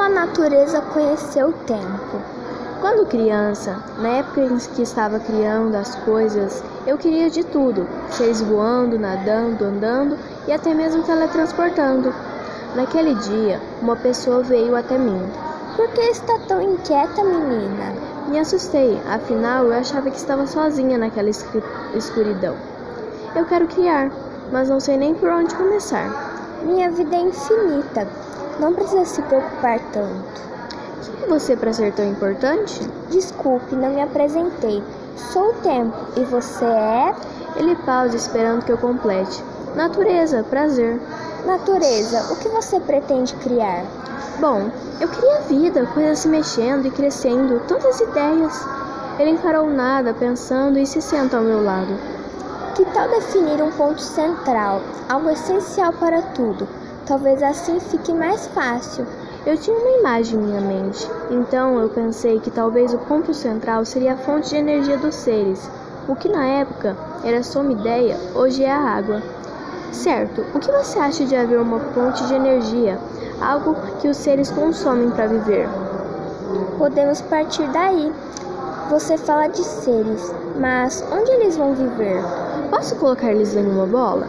a natureza conheceu o tempo? Quando criança, na época em que estava criando as coisas, eu queria de tudo, seres voando, nadando, andando e até mesmo teletransportando. Naquele dia, uma pessoa veio até mim. Por que está tão inquieta, menina? Me assustei, afinal eu achava que estava sozinha naquela escuridão. Eu quero criar, mas não sei nem por onde começar. Minha vida é infinita, não precisa se preocupar tanto. Quem é você para ser tão importante? Desculpe, não me apresentei. Sou o tempo, e você é? Ele pausa esperando que eu complete. Natureza, prazer. Natureza, o que você pretende criar? Bom, eu queria vida, coisas se mexendo e crescendo, tantas ideias. Ele encarou nada, pensando e se senta ao meu lado. Que tal definir um ponto central, algo essencial para tudo? Talvez assim fique mais fácil. Eu tinha uma imagem em minha mente, então eu pensei que talvez o ponto central seria a fonte de energia dos seres. O que na época era só uma ideia, hoje é a água. Certo, o que você acha de haver uma fonte de energia, algo que os seres consomem para viver? Podemos partir daí. Você fala de seres, mas onde eles vão viver? Posso colocar eles em uma bola?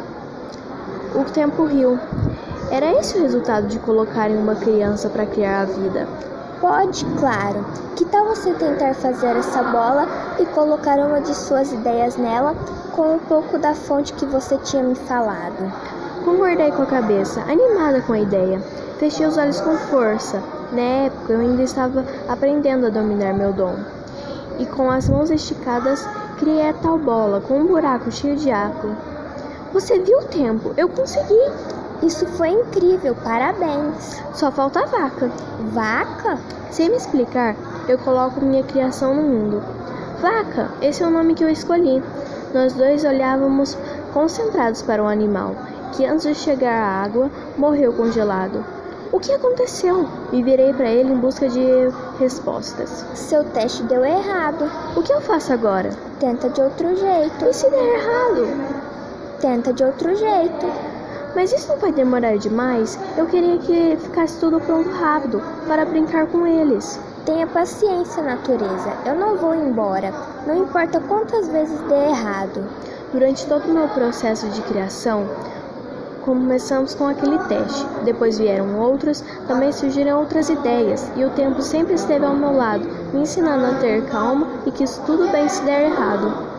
O tempo riu. Era esse o resultado de colocarem uma criança para criar a vida? Pode, claro. Que tal você tentar fazer essa bola e colocar uma de suas ideias nela com um pouco da fonte que você tinha me falado? Concordei com a cabeça, animada com a ideia. Fechei os olhos com força. Na época, eu ainda estava aprendendo a dominar meu dom. E com as mãos esticadas, criei a tal bola com um buraco cheio de água. Você viu o tempo? Eu consegui! Isso foi incrível, parabéns! Só falta a vaca. Vaca? Sem me explicar, eu coloco minha criação no mundo. Vaca, esse é o nome que eu escolhi. Nós dois olhávamos concentrados para o animal, que antes de chegar à água, morreu congelado. O que aconteceu? Me virei para ele em busca de respostas. Seu teste deu errado. O que eu faço agora? Tenta de outro jeito. E se der errado? Tenta de outro jeito. Mas isso não vai demorar demais? Eu queria que ficasse tudo pronto rápido, para brincar com eles. Tenha paciência, natureza. Eu não vou embora. Não importa quantas vezes dê errado. Durante todo o meu processo de criação, começamos com aquele teste. Depois vieram outros, também surgiram outras ideias. E o tempo sempre esteve ao meu lado, me ensinando a ter calma e que tudo bem se der errado.